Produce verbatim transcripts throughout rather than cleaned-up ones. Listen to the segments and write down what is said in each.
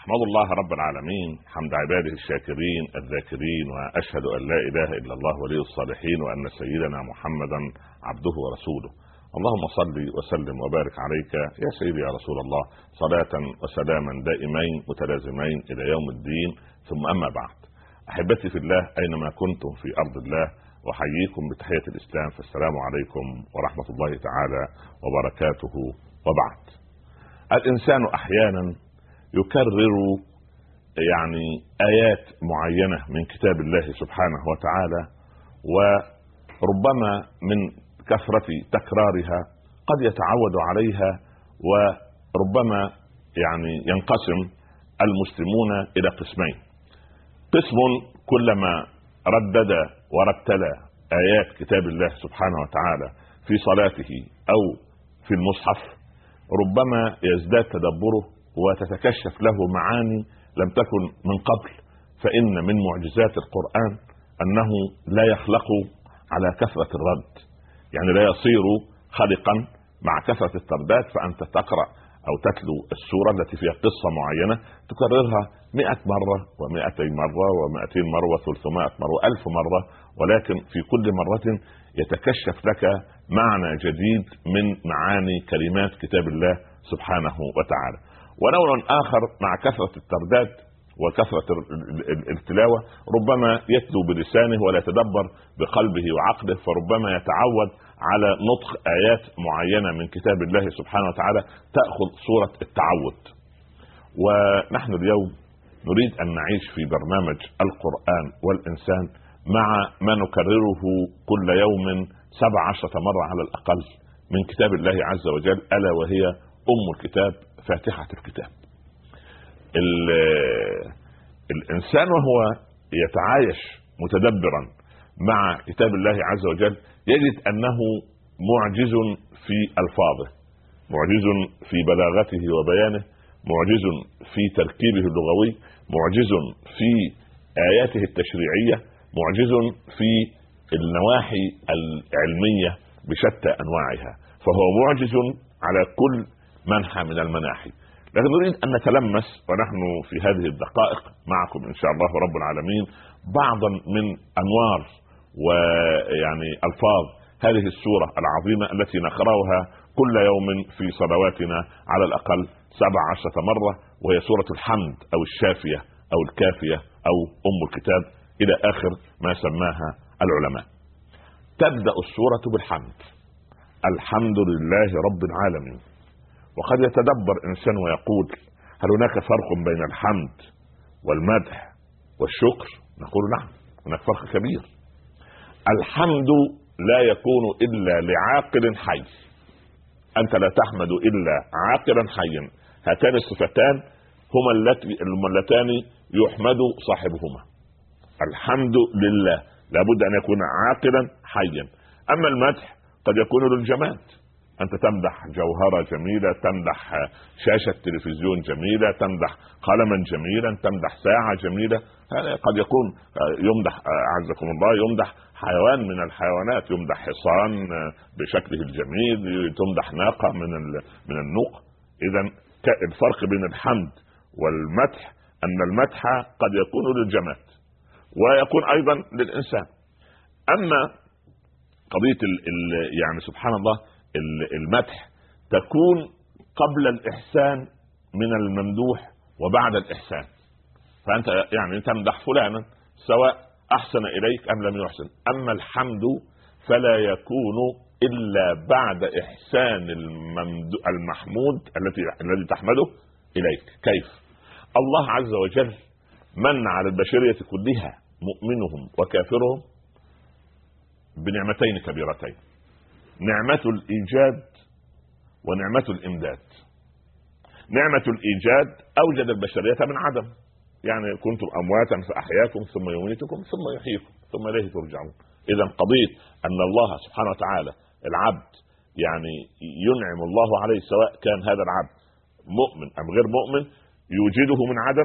أحمد الله رب العالمين حمد عباده الشاكرين الذاكرين، وأشهد أن لا إله إلا الله ولي الصالحين، وأن سيدنا محمدا عبده ورسوله. اللهم صل وسلم وبارك عليك يا سيدي يا رسول الله، صلاة وسلاما دائمين متلازمين إلى يوم الدين. ثم أما بعد، أحبتي في الله أينما كنتم في أرض الله، وحييكم بتحية الإسلام، فالسلام عليكم ورحمة الله تعالى وبركاته. وبعد، الإنسان أحيانا يكرر يعني آيات معينة من كتاب الله سبحانه وتعالى، وربما من كثرة تكرارها قد يتعود عليها، وربما يعني ينقسم المسلمون إلى قسمين: قسم كلما ردد ورتل آيات كتاب الله سبحانه وتعالى في صلاته أو في المصحف ربما يزداد تدبره وتتكشف له معاني لم تكن من قبل. فإن من معجزات القرآن أنه لا يخلق على كثرة الرد، يعني لا يصير خلقا مع كثرة الترداد، فأنت تقرأ أو تتلو السورة التي فيها قصة معينة تكررها مئة مرة ومئتين مرة ومئتين مرة وثلثمائة مرة وألف مرة، ولكن في كل مرة يتكشف لك معنى جديد من معاني كلمات كتاب الله سبحانه وتعالى. ونوع آخر مع كثرة الترداد وكثرة التلاوة ربما يتلو بلسانه ولا يتدبر بقلبه وعقله، فربما يتعود على نطق آيات معينة من كتاب الله سبحانه وتعالى تأخذ صورة التعود. ونحن اليوم نريد أن نعيش في برنامج القرآن والإنسان مع ما نكرره كل يوم سبع عشرة مرة على الأقل من كتاب الله عز وجل، ألا وهي أم الكتاب، فاتحة الكتاب. الإنسان وهو يتعايش متدبرا مع كتاب الله عز وجل يجد أنه معجز في ألفاظه، معجز في بلاغته وبيانه، معجز في تركيبه اللغوي، معجز في آياته التشريعية، معجز في النواحي العلمية بشتى أنواعها، فهو معجز على كل منحى من المناحي. لكن نريد أن نتلمس ونحن في هذه الدقائق معكم إن شاء الله رب العالمين بعضا من أنوار ويعني ألفاظ هذه السورة العظيمة التي نقرأها كل يوم في صلواتنا على الأقل سبع عشرة مرة، وهي سورة الحمد أو الشافية أو الكافية أو أم الكتاب إلى آخر ما سماها العلماء. تبدأ السورة بالحمد، الحمد لله رب العالمين. وقد يتدبر إنسان ويقول: هل هناك فرق بين الحمد والمدح والشكر؟ نقول نعم، هناك فرق كبير. الحمد لا يكون إلا لعاقل حي، أنت لا تحمد إلا عاقلا حيا. هاتان الصفتان هما اللتان يحمد صاحبهما. الحمد لله لابد أن يكون عاقلا حيا. أما المدح قد يكون للجماد، أنت تمدح جوهرة جميلة، تمدح شاشة تلفزيون جميلة، تمدح قلما جميلا، تمدح ساعة جميلة. هذا قد يكون يمدح أعزكم الله يمدح حيوان من الحيوانات، يمدح حصان بشكله الجميل، تمدح ناقة من من النوق. إذن الفرق بين الحمد والمدح أن المدح قد يكون للجماد ويكون أيضا للإنسان. أما قضية ال ال يعني سبحان الله المدح تكون قبل الإحسان من الممدوح وبعد الإحسان، فأنت يعني تمدح فلانا سواء أحسن إليك أم لم يحسن. أما الحمد فلا يكون إلا بعد إحسان المحمود التي الذي تحمده إليك. كيف؟ الله عز وجل من على البشرية كلها مؤمنهم وكافرهم بنعمتين كبيرتين: نعمة الإيجاد ونعمة الإمداد. نعمة الإيجاد أوجد البشرية من عدم، يعني كنتم أمواتا فأحياكم ثم يميتكم ثم يحييكم ثم إليه ترجعون. إذن قضية أن الله سبحانه وتعالى العبد يعني ينعم الله عليه سواء كان هذا العبد مؤمن أم غير مؤمن، يوجده من عدم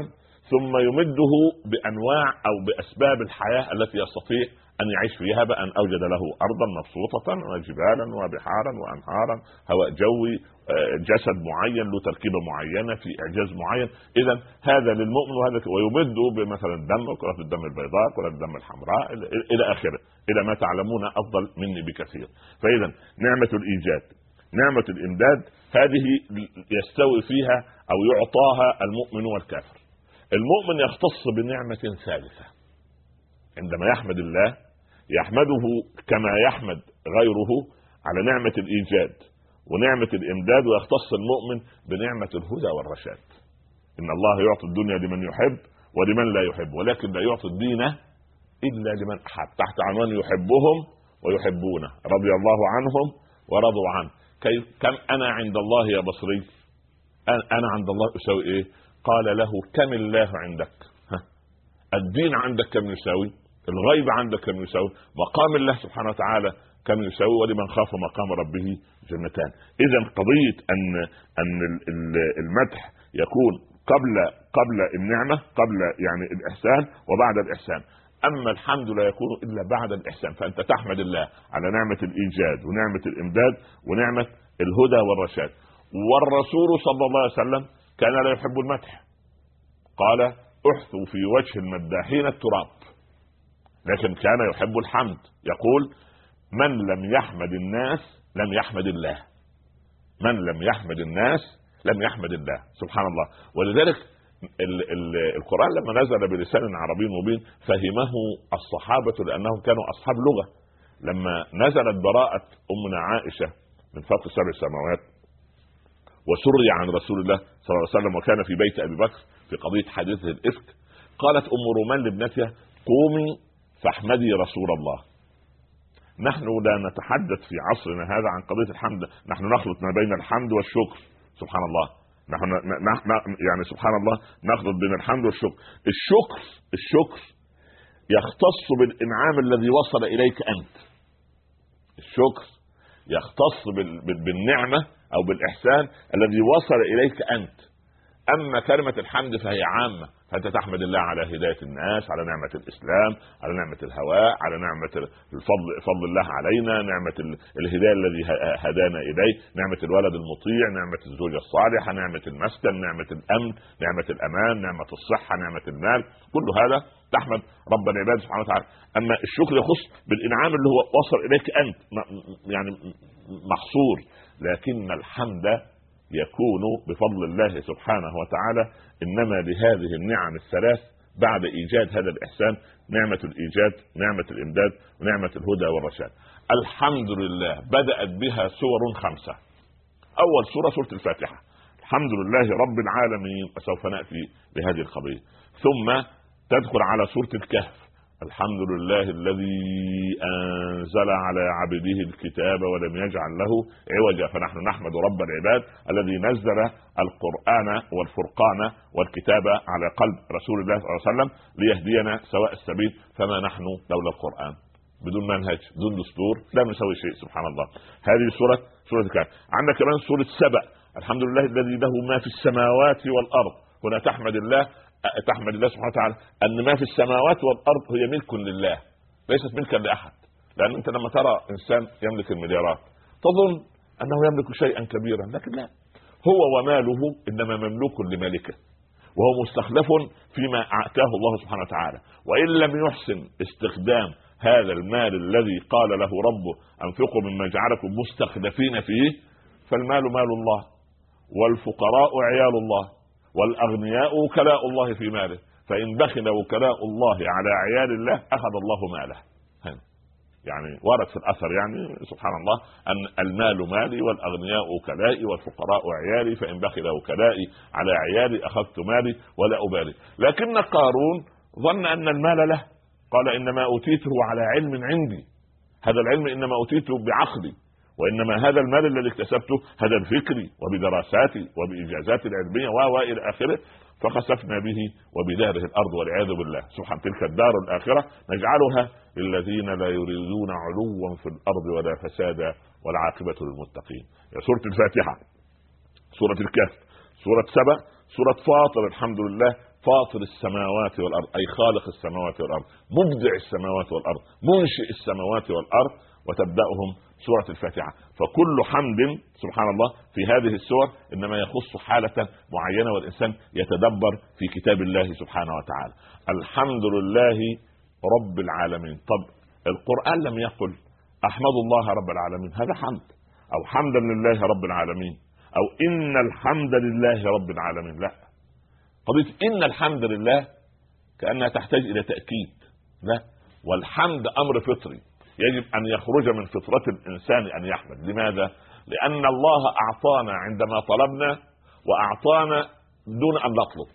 ثم يمده بانواع او باسباب الحياه التي يستطيع ان يعيش فيها، بان اوجد له ارضا مبسوطه وجبالا وبحارا وانهارا، هواء جوي، جسد معين له تركيبه معينه في اعجاز معين. اذا هذا للمؤمن، وهذا ويمده بمثلا الدم، كرة الدم البيضاء، كرة الدم الحمراء، الى اخره، الى ما تعلمون افضل مني بكثير. فاذا نعمه الايجاد، نعمه الامداد، هذه يستوي فيها او يعطاها المؤمن والكافر. المؤمن يختص بنعمه ثالثه، عندما يحمد الله يحمده كما يحمد غيره على نعمه الايجاد ونعمة الإمداد، ويختص المؤمن بنعمة الهدى والرشاد. إن الله يعطي الدنيا لمن يحب ولمن لا يحب، ولكن لا يعطي الدين إلا لمن أحب، تحت عنوان يحبهم ويحبونه، رضي الله عنهم ورضوا عنه. كيف كم أنا عند الله يا بصري؟ أنا عند الله أساوي إيه؟ قال له كم الله عندك؟ ها؟ الدين عندك كم يساوي؟ الغيب عندك كم يساوي؟ مقام الله سبحانه وتعالى كم يساوي؟ ولمن خاف مقام ربه جنتان. إذا قضية أن أن المدح يكون قبل قبل النعمة، قبل يعني الإحسان وبعد الإحسان. أما الحمد لا يكون إلا بعد الإحسان. فأنت تحمد الله على نعمة الإيجاد ونعمة الإمداد ونعمة الهدى والرشاد. والرسول صلى الله عليه وسلم كان لا يحب المدح، قال احثوا في وجه المداحين التراب، لكن كان يحب الحمد. يقول من لم يحمد الناس لم يحمد الله، من لم يحمد الناس لم يحمد الله، سبحان الله. ولذلك ال ال القرآن لما نزل بلسان عربي مبين فهمه الصحابة لأنهم كانوا أصحاب لغة. لما نزلت براءة أمنا عائشة من فوق سبع سماوات وسري عن رسول الله صلى الله عليه وسلم وكان في بيت أبي بكر في قضية حديثه الإفك، قالت أم رومان لابنتها قومي فاحمدي رسول الله. نحن لا نتحدث في عصرنا هذا عن قضية الحمد، نحن نخلط ما بين الحمد والشكر، سبحان الله. نحن يعني سبحان الله نخلط بين الحمد والشكر. الشكر الشكر يختص بالإنعام الذي وصل إليك أنت، الشكر يختص بالنعمة أو بالإحسان الذي وصل إليك أنت. أما كلمة الحمد فهي عامة، فأنت تحمد الله على هداية الناس، على نعمة الإسلام، على نعمة الهواء، على نعمة الفضل فضل الله علينا، نعمة الهداية الذي هدانا إليه، نعمة الولد المطيع، نعمة الزوجة الصالحة، نعمة المسكن، نعمة الأمن، نعمة الأمان، نعمة الصحة، نعمة المال، كل هذا تحمد رب العباد سبحانه وتعالى. أما الشكر يخص بالإنعام اللي هو وصل إليك أنت، يعني محصور. لكن الحمد يكون بفضل الله سبحانه وتعالى. إنما لهذه النعم الثلاث بعد إيجاد هذا الإحسان، نعمة الإيجاد، نعمة الإمداد، ونعمة الهدى والرشاد. الحمد لله بدأت بها سور خمسة. أول سورة سورة الفاتحة، الحمد لله رب العالمين، وسوف نأتي بهذه القضية. ثم تدخل على سورة الكهف، الحمد لله الذي أنزل على عبده الكتاب ولم يجعل له عوجا. فنحن نحمد رب العباد الذي نزل القرآن والفرقان والكتاب على قلب رسول الله صلى الله عليه وسلم ليهدينا سواء السبيل. فما نحن لولا القرآن، بدون منهج، بدون دستور، لا نسوي شيء، سبحان الله. هذه سورة سورة الكهف. عندنا كمان سورة سبأ، الحمد لله الذي له ما في السماوات والأرض. هنا تحمد الله تحمد الله سبحانه وتعالى أن ما في السماوات والأرض هي ملك لله، ليست ملكا لأحد. لأن أنت لما ترى إنسان يملك المليارات تظن أنه يملك شيئا كبيرا، لكن لا، هو وماله إنما مملوك لمالكه، وهو مستخلف فيما أعطاه الله سبحانه وتعالى. وإن لم يحسن استخدام هذا المال الذي قال له ربه أنفقوا مما جعلكم مستخلفين فيه، فالمال مال الله، والفقراء عيال الله، والأغنياء وكلاء الله في ماله. فإن بخل وكلاء الله على عيال الله أخذ الله ماله. يعني ورد في الأثر يعني سبحان الله أن المال مالي والأغنياء وكلائي والفقراء عيالي، فإن بخل وكلائي على عيالي أخذت مالي ولا أبالي. لكن قارون ظن أن المال له، قال إنما أوتيته على علم عندي، هذا العلم إنما أوتيته بعقلي، وإنما هذا المال الذي اكتسبته هذا بفكري وبدراساتي وبإجازاتي العلمية وإلى آخره. فخسفنا به وبداره الأرض والعياذ بالله. سبحان تلك الدار الآخرة نجعلها للذين لا يريدون علوا في الأرض ولا فسادا والعاقبة للمتقين. يا سورة الفاتحة، سورة الكهف، سورة سبأ، سورة فاطر، الحمد لله فاطر السماوات والارض، اي خالق السماوات والارض، مبدع السماوات والارض، منشئ السماوات والارض، وتبداهم سورة الفاتحة. فكل حمد سبحان الله في هذه السور إنما يخص حالة معينة، والإنسان يتدبر في كتاب الله سبحانه وتعالى. الحمد لله رب العالمين. طب القرآن لم يقل أحمد الله رب العالمين، هذا حمد، أو حمدا لله رب العالمين، أو إن الحمد لله رب العالمين. لا، قضية إن الحمد لله كأنها تحتاج إلى تأكيد. لا، والحمد أمر فطري يجب أن يخرج من فطرة الإنسان أن يحمد. لماذا؟ لأن الله أعطانا عندما طلبنا، وأعطانا دون أن نطلب.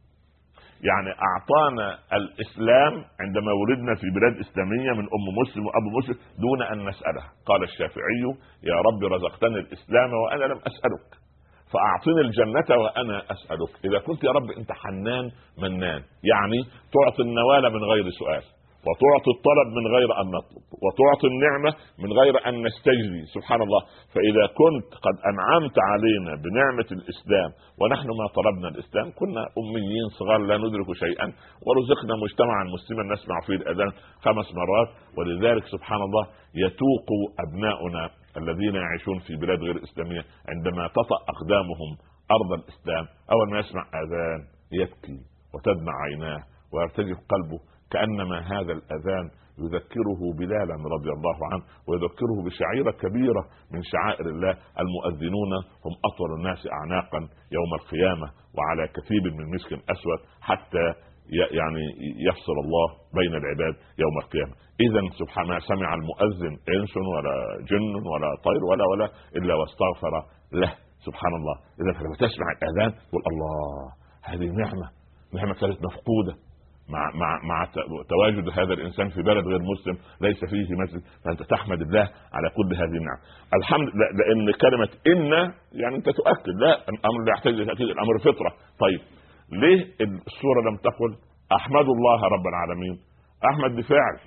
يعني أعطانا الإسلام عندما ولدنا في بلاد إسلامية من أم مسلم وأبو مسلم دون أن نسأله. قال الشافعي: يا رب رزقتني الإسلام وأنا لم أسألك، فأعطني الجنة وأنا أسألك. إذا كنت يا رب أنت حنان منان، يعني تعطي النوال من غير سؤال، وتعطي الطلب من غير أن نطلب، وتعطي النعمة من غير أن نستجدي سبحان الله. فإذا كنت قد أنعمت علينا بنعمة الإسلام ونحن ما طلبنا الإسلام، كنا أميين صغار لا ندرك شيئا، ورزقنا مجتمعا مسلما نسمع فيه الأذان خمس مرات. ولذلك سبحان الله يتوق أبناؤنا الذين يعيشون في بلاد غير إسلامية عندما تطأ أقدامهم أرض الإسلام، أول ما يسمع أذان يبكي وتدمع عيناه ويرتجف قلبه، كأنما هذا الأذان يذكره بلالا رضي الله عنه، ويذكره بشعيرة كبيرة من شعائر الله. المؤذنون هم أطول الناس أعناقا يوم القيامة، وعلى كثيب من مسك أسود، حتى يعني يفصل الله بين العباد يوم القيامة. إذن سبحان ما سمع المؤذن إنس ولا جن ولا طير ولا ولا إلا واستغفر له سبحان الله. إذا لما تسمع الأذان تقول الله، هذه نعمة، نعمة كانت مفقودة مع مع مع تواجد هذا الانسان في بلد غير مسلم ليس فيه مسجد، فانت تحمد الله على كل هذه النعم. الحمد لان كلمه ان يعني انت تؤكد، لا، الامر لا يحتاج لتاكيد، الامر فطره. طيب ليه السوره لم تقل احمد الله رب العالمين؟ احمد بفعل،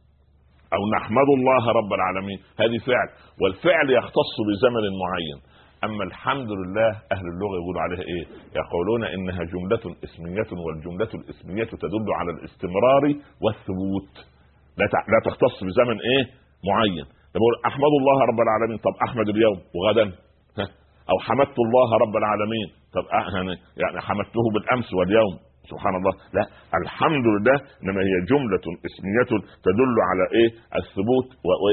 او نحمد الله رب العالمين، هذه فعل، والفعل يختص بزمن معين. أما الحمد لله أهل اللغة يقولوا عليها إيه؟ يقولون إنها جملة اسمية، والجملة الاسمية تدل على الاستمرار والثبوت، لا لا تختص بزمن إيه معين. يقول أحمد الله رب العالمين، طب أحمد اليوم وغدا، أو حمدت الله رب العالمين، طب يعني حمدته بالأمس واليوم سبحان الله. لا، الحمد لله إنما هي جملة اسمية تدل على إيه؟ الثبوت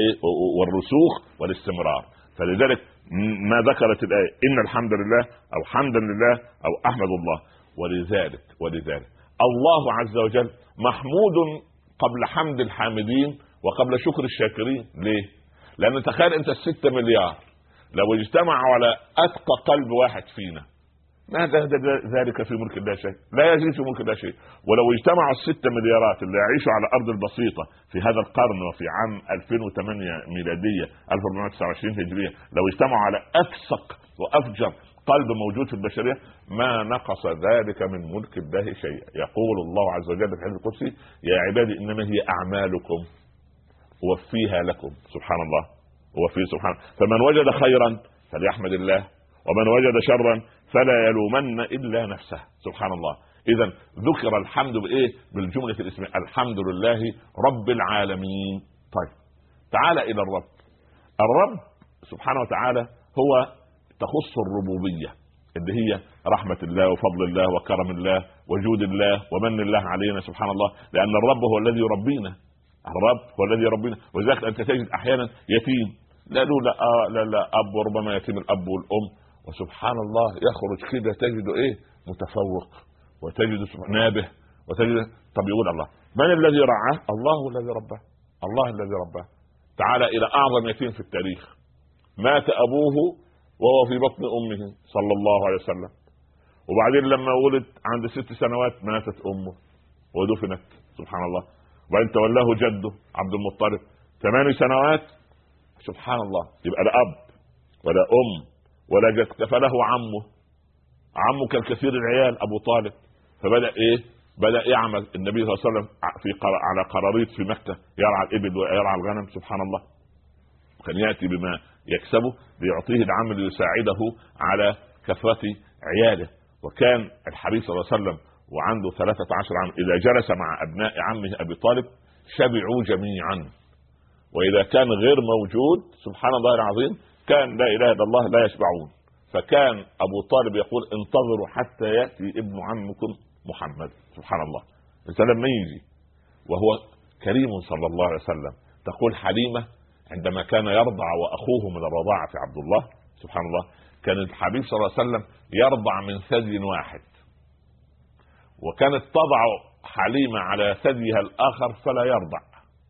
والرسوخ والاستمرار. فلذلك ما ذكرت الآية إن الحمد لله أو حمدا لله أو أحمد الله. ولذلك ولذلك الله عز وجل محمود قبل حمد الحامدين وقبل شكر الشاكرين. ليه؟ لأن تخيل أنت الستة مليار لو اجتمعوا على أتقى قلب واحد فينا، ما ذلك في ملك الله شيء، لا يزيد في ملك الله شيء. ولو اجتمعوا الستة مليارات اللي يعيشوا على أرض البسيطة في هذا القرن وفي عام ألفين وثمانية ميلادية ألف وأربعمائة وتسعة وعشرين هجرية، لو اجتمعوا على أفسق وأفجر قلب موجود في البشرية، ما نقص ذلك من ملك الله شيء. يقول الله عز وجل في الحديث القدسي: يا عبادي إنما هي أعمالكم أوفيها لكم. سبحان الله، وفي سبحان. فمن وجد خيرا فليحمد الله، ومن وجد شرا فلا يلومن إلا نفسه. سبحان الله. إذن ذكر الحمد بإيه؟ بالجملة الاسمية، الحمد لله رب العالمين. طيب تعال إلى الرب. الرب سبحانه وتعالى هو تخص الربوبية اللي هي رحمة الله وفضل الله وكرم الله وجود الله ومن الله علينا سبحان الله، لأن الرب هو الذي يربينا، الرب هو الذي يربينا. وذلك أنت تجد أحيانا يتيم لا لا آه لا لا أب، وربما يتيم الأب والأم، وسبحان الله يخرج كده تجد إيه؟ متفوق، وتجد نابه، وتجد. طب يقول الله من الذي رعاه؟ الله الذي رباه، الله الذي رباه. تعال إلى أعظم يتيم في التاريخ، مات أبوه وهو في بطن أمه صلى الله عليه وسلم، وبعدين لما ولد عند ست سنوات ماتت أمه ودفنت سبحان الله، وبعدين تولاه جده عبد المطلب ثمان سنوات سبحان الله. يبقى لا أب ولا أم ولا جد، كفله عمه، عمه كان كثير العيال أبو طالب، فبدأ إيه؟ بدأ يعمل النبي صلى الله عليه وسلم في قر... على قراريط في مكة يرعى الإبل ويرعى الغنم سبحان الله، كان يأتي بما يكسبه ليعطيه العمل ليساعده على كثرة عياله. وكان الحبيب صلى الله عليه وسلم وعنده ثلاثة عشر عام إذا جلس مع أبناء عمه أبي طالب شبعوا جميعا، وإذا كان غير موجود سبحان الله العظيم كان لا إله إلا الله لا يشبعون. فكان أبو طالب يقول انتظروا حتى يأتي ابن عمكم محمد. سبحان الله، الإنسان لما يجي وهو كريم صلى الله عليه وسلم. تقول حليمة عندما كان يرضع وأخوه من الرضاعة عبد الله سبحان الله، كان الحبيب صلى الله عليه وسلم يرضع من ثدي واحد، وكانت تضع حليمة على ثديها الآخر فلا يرضع،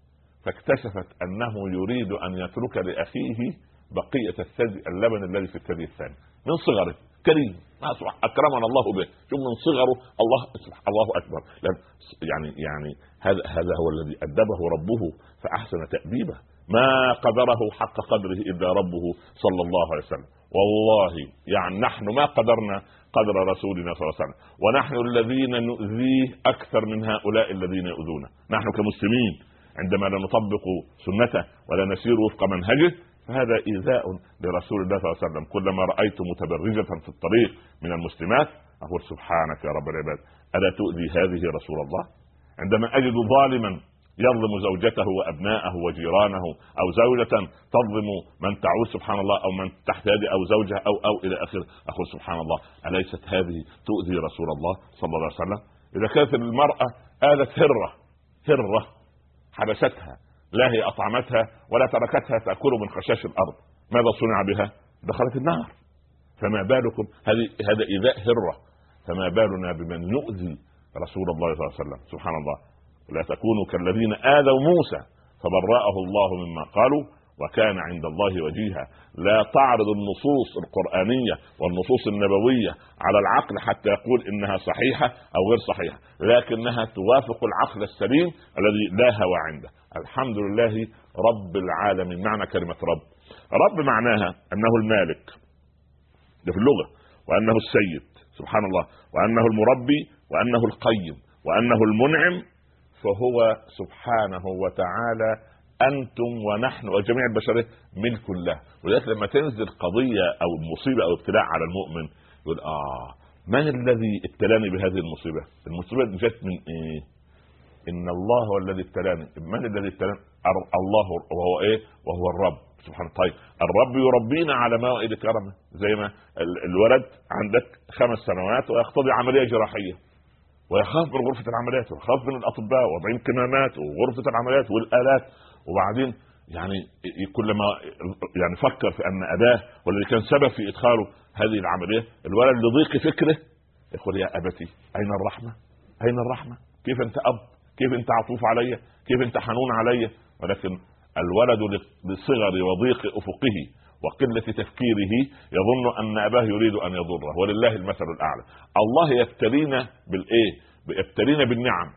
فاكتشفت أنه يريد أن يترك لأخيه بقية الثدي اللبن الذي في الثدي الثاني من صغره. كريم ما أكرمنا الله به، شوف من صغره الله الله أكبر. يعني يعني هذا هذا هو الذي أدبه ربه فأحسن تأديبه، ما قدره حق قدره إلا ربه صلى الله عليه وسلم. والله يعني نحن ما قدرنا قدر رسولنا صلى الله عليه وسلم، ونحن الذين نؤذيه أكثر من هؤلاء الذين يؤذونه. نحن كمسلمين عندما لا نطبق سنته ولا نسير وفق منهجه فهذا إيذاء لرسول الله صلى الله عليه وسلم. كلما رأيت متبرجة في الطريق من المسلمات أقول سبحانك يا رب العباد ألا تؤذي هذه رسول الله؟ عندما أجد ظالما يظلم زوجته وأبناءه وجيرانه أو زوجة تظلم من تعود سبحان الله أو من تحت يده أو زوجها أو أو إلى آخره أقول سبحان الله أليست هذه تؤذي رسول الله صلى الله عليه وسلم؟ إذا كانت المرأة آلت هرة هرة حبستها لا هي أطعمتها ولا تركتها تأكل من خشاش الأرض، ماذا صنع بها؟ دخلت النار. فما بالكم هذا إيذاء هرة، فما بالنا بمن يؤذي رسول الله صلى الله عليه وسلم؟ سبحان الله. لا تكونوا كالذين آذوا موسى فبرأه الله مما قالوا وكان عند الله وجيها. لا تعرض النصوص القرآنية والنصوص النبوية على العقل حتى يقول إنها صحيحة أو غير صحيحة، لكنها توافق العقل السليم الذي لا هوى عنده. الحمد لله رب العالمين. معنى كلمة رب، رب معناها أنه المالك ده في اللغة، وأنه السيد سبحان الله، وأنه المربي، وأنه القيم، وأنه المنعم. فهو سبحانه وتعالى أنتم ونحن وجميع البشرية ملك الله. ولذلك لما تنزل قضية أو مصيبة أو ابتلاء على المؤمن يقول آه من الذي ابتلاني بهذه المصيبة؟ المصيبة جت من إيه؟ إن الله هو الذي ابتلاني. من الذي ابتلاني؟ الله، وهو إيه؟ وهو الرب سبحانه. طيب الرب يربينا على موائد كرمه، زي ما الولد عندك خمس سنوات ويقتضي عملية جراحية ويخاف من غرفة العمليات ويخاف من الأطباء وضعين كمامات وغرفة العمليات والآلات، وبعدين يعني كلما يعني فكر في أن أباه والذي كان سبب في إدخاله هذه العملية الولد لضيق فكره يقول يا أبتي أين الرحمة؟ أين الرحمة؟ كيف أنت أب؟ كيف أنت عطوف علي؟ كيف أنت حنون علي؟ ولكن الولد لصغر وضيق أفقه وقلة تفكيره يظن أن أباه يريد أن يضره، ولله المثل الأعلى. الله يبتلينا بالإيه؟ يبتلينا بالنعم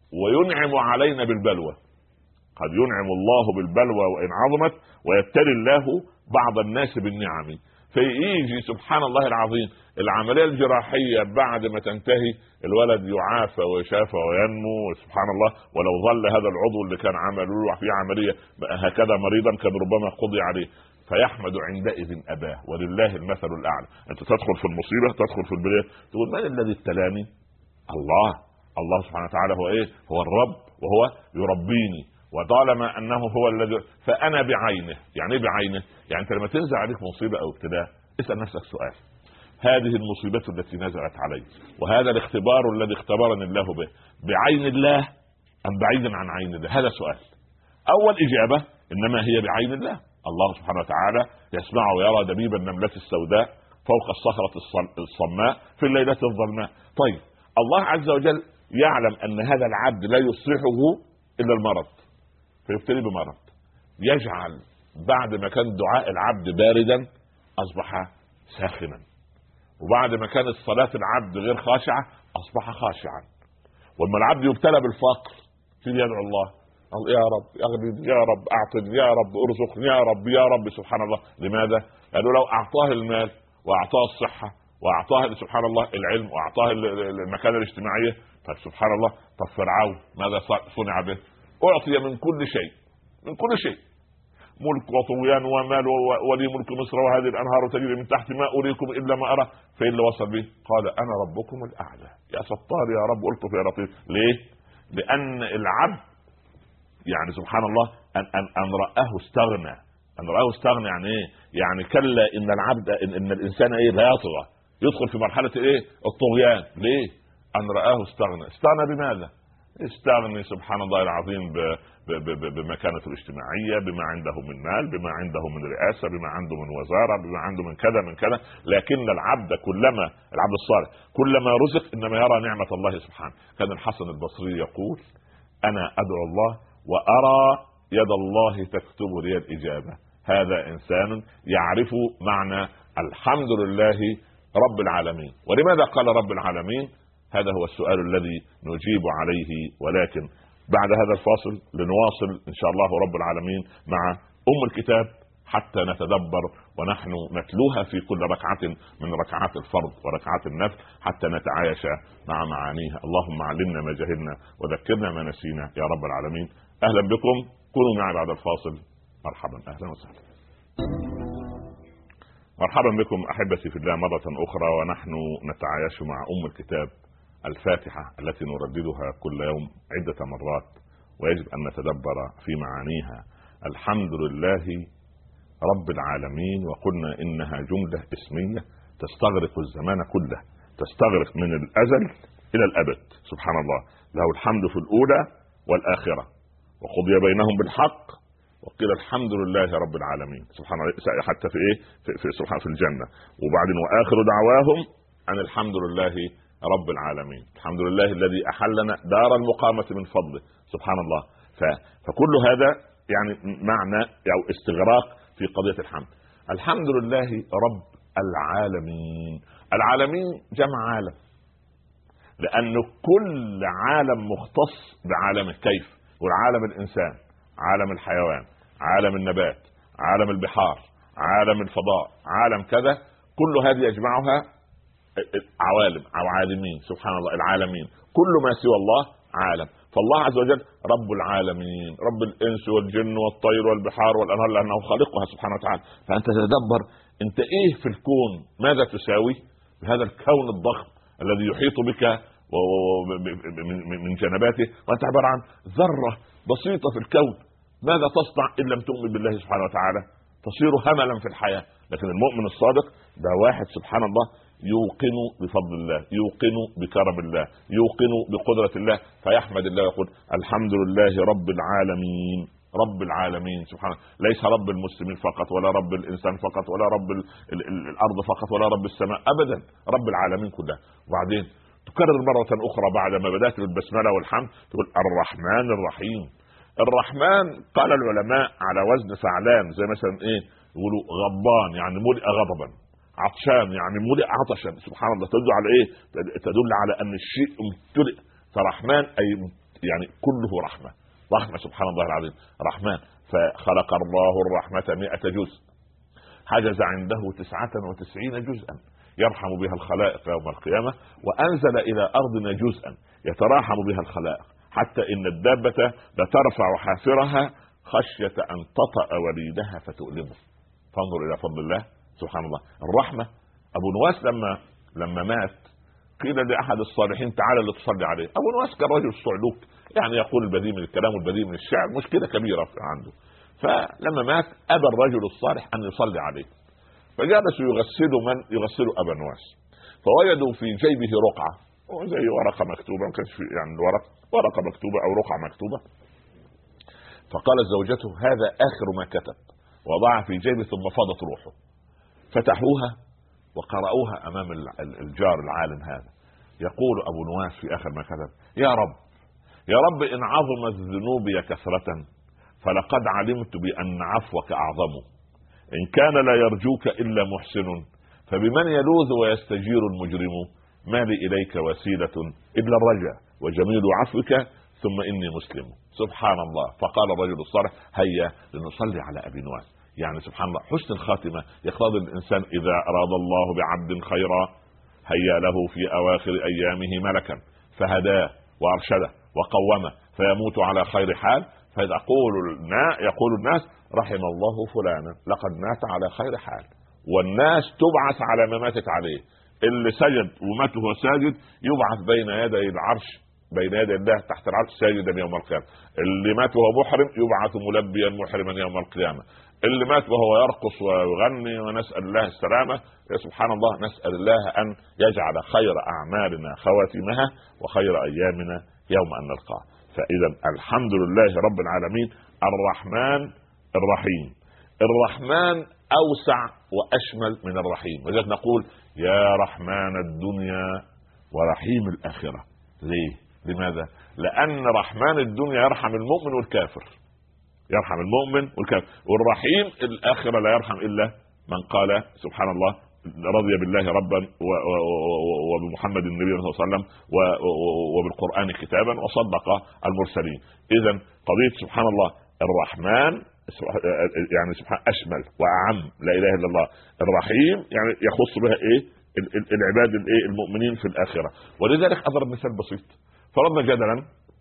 وينعم علينا بالبلوى. قد ينعم الله بالبلوى وإن عظمت، ويبتلي الله بعض الناس بالنعم. فيجي سبحان الله العظيم العملية الجراحية بعد ما تنتهي الولد يعافى ويشافى وينمو سبحان الله، ولو ظل هذا العضو اللي كان عمله في عملية هكذا مريضا كان ربما قضي عليه، فيحمد عندئذ أباه، ولله المثل الأعلى. أنت تدخل في المصيبة، تدخل في البلاء، تقول من الذي ابتلاني؟ الله. الله سبحانه وتعالى هو إيه؟ هو الرب، وهو يربيني، وطالما أنه هو الذي فأنا بعينه. يعني إيه بعينه؟ يعني أنت لما تنزل عليك مصيبة أو ابتلاء اسأل نفسك سؤال: هذه المصيبة التي نزلت علي وهذا الاختبار الذي اختبرني الله به بعين الله أم بعيدا عن عين الله؟ هذا سؤال. أول إجابة إنما هي بعين الله. الله سبحانه وتعالى يسمع ويرى دبيب النملة السوداء فوق الصخرة الصماء في الليلة الظلماء. طيب الله عز وجل يعلم أن هذا العبد لا يصلحه إلا المرض فيبتلي بمرض، يجعل بعد ما كان دعاء العبد باردا أصبح ساخنا، وبعد ما كانت صلاة العبد غير خاشعة أصبح خاشعا. ولما العبد يبتلى بالفقر يدعو الله: يا رب اغني، يا رب اعطني، يا رب ارزقني، يا رب يا رب. سبحان الله. لماذا؟ لأنه لو اعطاه المال واعطاه الصحة واعطاه سبحان الله العلم واعطاه المكانة الاجتماعية، طب سبحان الله، طب فرعون ماذا صنع به؟ اعطي من كل شيء، من كل شيء، ملك وطغيان ومال ولي ملك مصر وهذه الانهار تجري من تحت ما اريكم الا ما ارى. فإن اللي وصل به قال انا ربكم الاعلى. يا ستار يا رب الطف يا لطيف. ليه؟ لان العبد يعني سبحان الله ان ان ان رآه استغنى. ان رآه استغنى يعني ايه؟ يعني كلا ان العبد ان, إن الانسان ايه لا يطغى، يدخل في مرحله ايه؟ الطغيان. ليه؟ ان رآه استغنى. استغنى بماذا؟ استغني سبحان الله العظيم ب بمكانته الاجتماعيه، بما عنده من مال، بما عنده من رئاسه، بما عنده من وزاره، بما عنده من كذا من كذا. لكن العبد كلما العبد الصالح كلما رزق انما يرى نعمه الله سبحانه. كان الحسن البصري يقول انا ادعو الله وارى يد الله تكتب لي الاجابه. هذا انسان يعرف معنى الحمد لله رب العالمين. ولماذا قال رب العالمين؟ هذا هو السؤال الذي نجيب عليه، ولكن بعد هذا الفاصل لنواصل إن شاء الله رب العالمين مع أم الكتاب حتى نتدبر ونحن نتلوها في كل ركعة من ركعات الفرض وركعات النفل حتى نتعايش مع معانيها. اللهم علمنا ما جهلنا وذكرنا ما نسينا يا رب العالمين. أهلا بكم، كونوا معي بعد الفاصل. مرحبا، أهلا وسهلا. مرحبا بكم أحبتي في الله مرة أخرى، ونحن نتعايش مع أم الكتاب الفاتحة التي نرددها كل يوم عدة مرات، ويجب أن نتدبر في معانيها. الحمد لله رب العالمين، وقلنا إنها جملة اسمية تستغرق الزمان كله، تستغرق من الأزل إلى الأبد. سبحان الله، له الحمد في الأولى والآخرة، وقضي بينهم بالحق، وقيل الحمد لله رب العالمين. سبحان الله، حتى في إيه في, في سبحان في الجنة. وبعدين وآخر دعواهم أن الحمد لله رب العالمين. الحمد لله الذي أحلنا دار المقامة من فضله. سبحان الله. فكل هذا يعني معنى أو استغراق في قضية الحمد. الحمد لله رب العالمين. العالمين جمع عالم، لأن كل عالم مختص بعالمه. كيف؟ والعالم الإنسان، عالم الحيوان، عالم النبات، عالم البحار، عالم الفضاء، عالم كذا، كل هذه يجمعها عوالم أو عالمين. سبحان الله، العالمين كل ما سوى الله عالم. فالله عز وجل رب العالمين، رب الإنس والجن والطير والبحار والأنهار، لأنه خالقها سبحانه وتعالى. فأنت تدبر أنت إيه في الكون، ماذا تساوي بهذا الكون الضخم الذي يحيط بك من جنباته، وأنت عبارة عن ذرة بسيطة في الكون. ماذا تصنع إن لم تؤمن بالله سبحانه وتعالى؟ تصير هملا في الحياة. لكن المؤمن الصادق ده واحد سبحان الله يوقن بفضل الله، يوقن بكرم الله، يوقن بقدرة الله، فيحمد الله ويقول الحمد لله رب العالمين. رب العالمين سبحانه، ليس رب المسلمين فقط، ولا رب الإنسان فقط، ولا رب ال ال ال الأرض فقط، ولا رب السماء أبدا، رب العالمين كلها. وبعدين تكرر مرة أخرى بعد ما بدأت بالبسملة والحمد تقول الرحمن الرحيم. الرحمن قال العلماء على وزن فعلان، زي مثلا ايه يقولوا غضبان يعني ملئ غضبا، عطشان يعني ملئ عطشا. سبحان الله، تدل على ايه؟ تدل على ان الشيء ممتلئ. فرحمن اي يعني كله رحمه، رحمه سبحان الله العظيم، رحمن. فخلق الله الرحمه مئة جزء، حجز عنده تسعة وتسعين جزءا يرحم بها الخلائق يوم القيامه، وانزل الى ارضنا جزءا يتراحم بها الخلائق، حتى ان الدابه لترفع حافرها خشيه ان تطأ وليدها فتؤلمه. فانظر الى فضل الله سبحان الله. الرحمه. ابو نواس لما لما مات قيل لاحد الصالحين تعالى لتصلي عليه. ابو نواس كان رجل صعلوك، يعني يقول البذيء من الكلام والبذيء من الشعر، مشكله كبيره عنده. فلما مات ابى الرجل الصالح ان يصلي عليه، فجلسوا يغسلوا من يغسل ابا نواس، فوجدوا في جيبه رقعه زي ورقه مكتوبه، ما كانش في يعني الورق ورقه مكتوبه او رقعه مكتوبه. فقالت زوجته هذا اخر ما كتب، وضعها في جيبه ثم فاضت روحه. فتحوها وقرأوها امام الجار العالم هذا. يقول ابو نواس في اخر ما كتب يا رب يا رب ان عظمت ذنوبي كثرة فلقد علمت بان عفوك اعظم، ان كان لا يرجوك الا محسن فبمن يلوذ ويستجير المجرم، ما لي اليك وسيلة الا الرجاء وجميل عفوك ثم اني مسلم. سبحان الله. فقال الرجل الصالح هيا لنصلي على ابي نواس. يعني سبحان الله حسن الخاتمة يقتضي الانسان اذا اراد الله بعبد خيرا هيا له في اواخر ايامه ملكا فهداه وارشده وقومه فيموت على خير حال، فإذا أقول الناس يقول الناس رحم الله فلانا لقد مات على خير حال، والناس تبعث على ما ماتت عليه. اللي سجد ومات وهو ساجد يبعث بين يدي العرش، بين يدي الله تحت العرش ساجدا يوم القيامة. اللي مات وهو محرم يبعث ملبيا محرما يوم القيامة. اللي مات وهو يرقص ويغني ونسأل الله السلامة. يا سبحان الله، نسأل الله أن يجعل خير أعمالنا خواتمها وخير أيامنا يوم أن نلقاه. فإذا الحمد لله رب العالمين الرحمن الرحيم. الرحمن أوسع وأشمل من الرحيم، ولذلك نقول يا رحمن الدنيا ورحيم الآخرة. ليه؟ لماذا؟ لأن رحمن الدنيا يرحم المؤمن والكافر، يرحم المؤمن والكافر، والرحيم الآخرة لا يرحم إلا من قال سبحان الله رضي بالله ربا وبمحمد النبي صلى الله عليه وسلم وبالقرآن كتابا وصدق المرسلين. إذن قضية سبحان الله الرحمن يعني سبحان أشمل وأعم، لا إله إلا الله. الرحيم يعني يخص بها إيه العباد الإيه المؤمنين في الآخرة. ولذلك أضرب مثال بسيط. فرضنا جدلا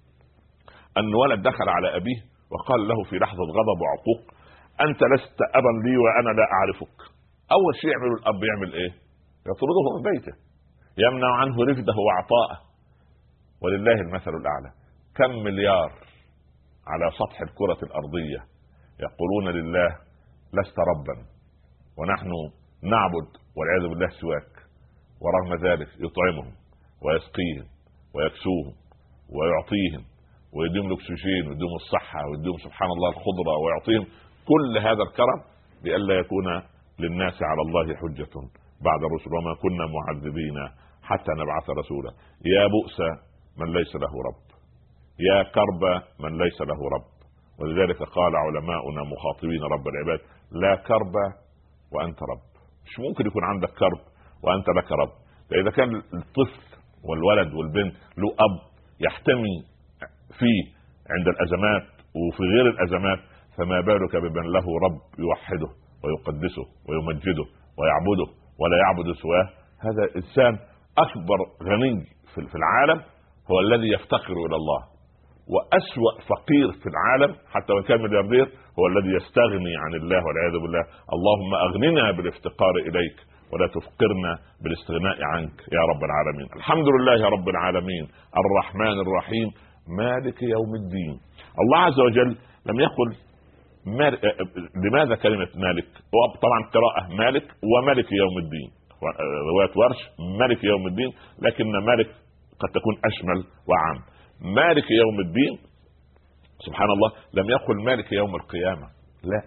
أن ولد دخل على أبيه وقال له في لحظة غضب وعقوق أنت لست أبا لي وأنا لا أعرفك. أول شيء يعمل الأب يعمل إيه؟ يطرده من بيته، يمنع عنه رفده وعطاءه. ولله المثل الأعلى. كم مليار على سطح الكرة الأرضية يقولون لله لست ربا، ونحن نعبد والعياذ بالله سواك، ورغم ذلك يطعمهم ويسقيهم ويكسوهم ويعطيهم ويديهم الاكسجين ويديهم الصحة ويديهم سبحان الله الخضرة ويعطيهم كل هذا الكرم لئلا يكون للناس على الله حجة بعد الرسل وما كنا معذبين حتى نبعث رسولا. يا بؤس من ليس له رب، يا كرب من ليس له رب. ولذلك قال علماؤنا مخاطبين رب العباد لا كرب وأنت رب. مش ممكن يكون عندك كرب وأنت لك رب. فإذا كان الطفل والولد والبنت له أب يحتمي فيه عند الأزمات وفي غير الأزمات، فما بالك بمن له رب يوحده ويقدسه ويمجده ويعبده ولا يعبد سواه. هذا إنسان أكبر غني في العالم هو الذي يفتقر إلى الله، وأسوأ فقير في العالم حتى وإن كان ملياردير هو الذي يستغني عن الله والعياذ بالله. اللهم أغننا بالافتقار إليك ولا تفقرنا بالاستغناء عنك يا رب العالمين. الحمد لله رب العالمين الرحمن الرحيم مالك يوم الدين. الله عز وجل لم يقل مال... لماذا كلمة مالك؟ طبعا قراءة مالك وملك يوم الدين، رواية ورش ملك يوم الدين، لكن مالك قد تكون أشمل وعام. مالك يوم الدين سبحان الله لم يقل مالك يوم القيامة، لا،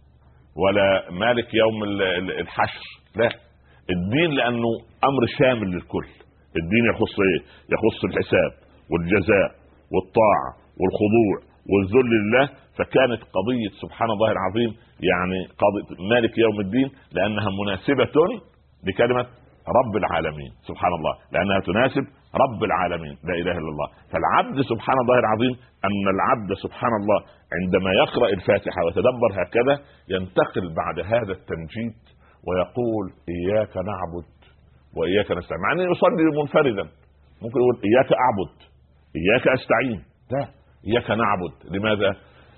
ولا مالك يوم الحشر، لا. الدين لأنه أمر شامل للكل. الدين يخص إيه؟ يخص الحساب والجزاء والطاعة والخضوع والذل لله. فكانت قضية سبحان الله العظيم يعني قضية مالك يوم الدين لأنها مناسبة لكلمة رب العالمين سبحان الله، لأنها تناسب رب العالمين لا إله إلا الله. فالعبد سبحان الله العظيم أن العبد سبحان الله عندما يقرأ الفاتحة ويتدبر هكذا ينتقل بعد هذا التمجيد ويقول إياك نعبد وإياك نستعين. مع أنه يصلي منفردا ممكن يقول إياك أعبد إياك أستعين، لا، إياك نعبد. لماذا؟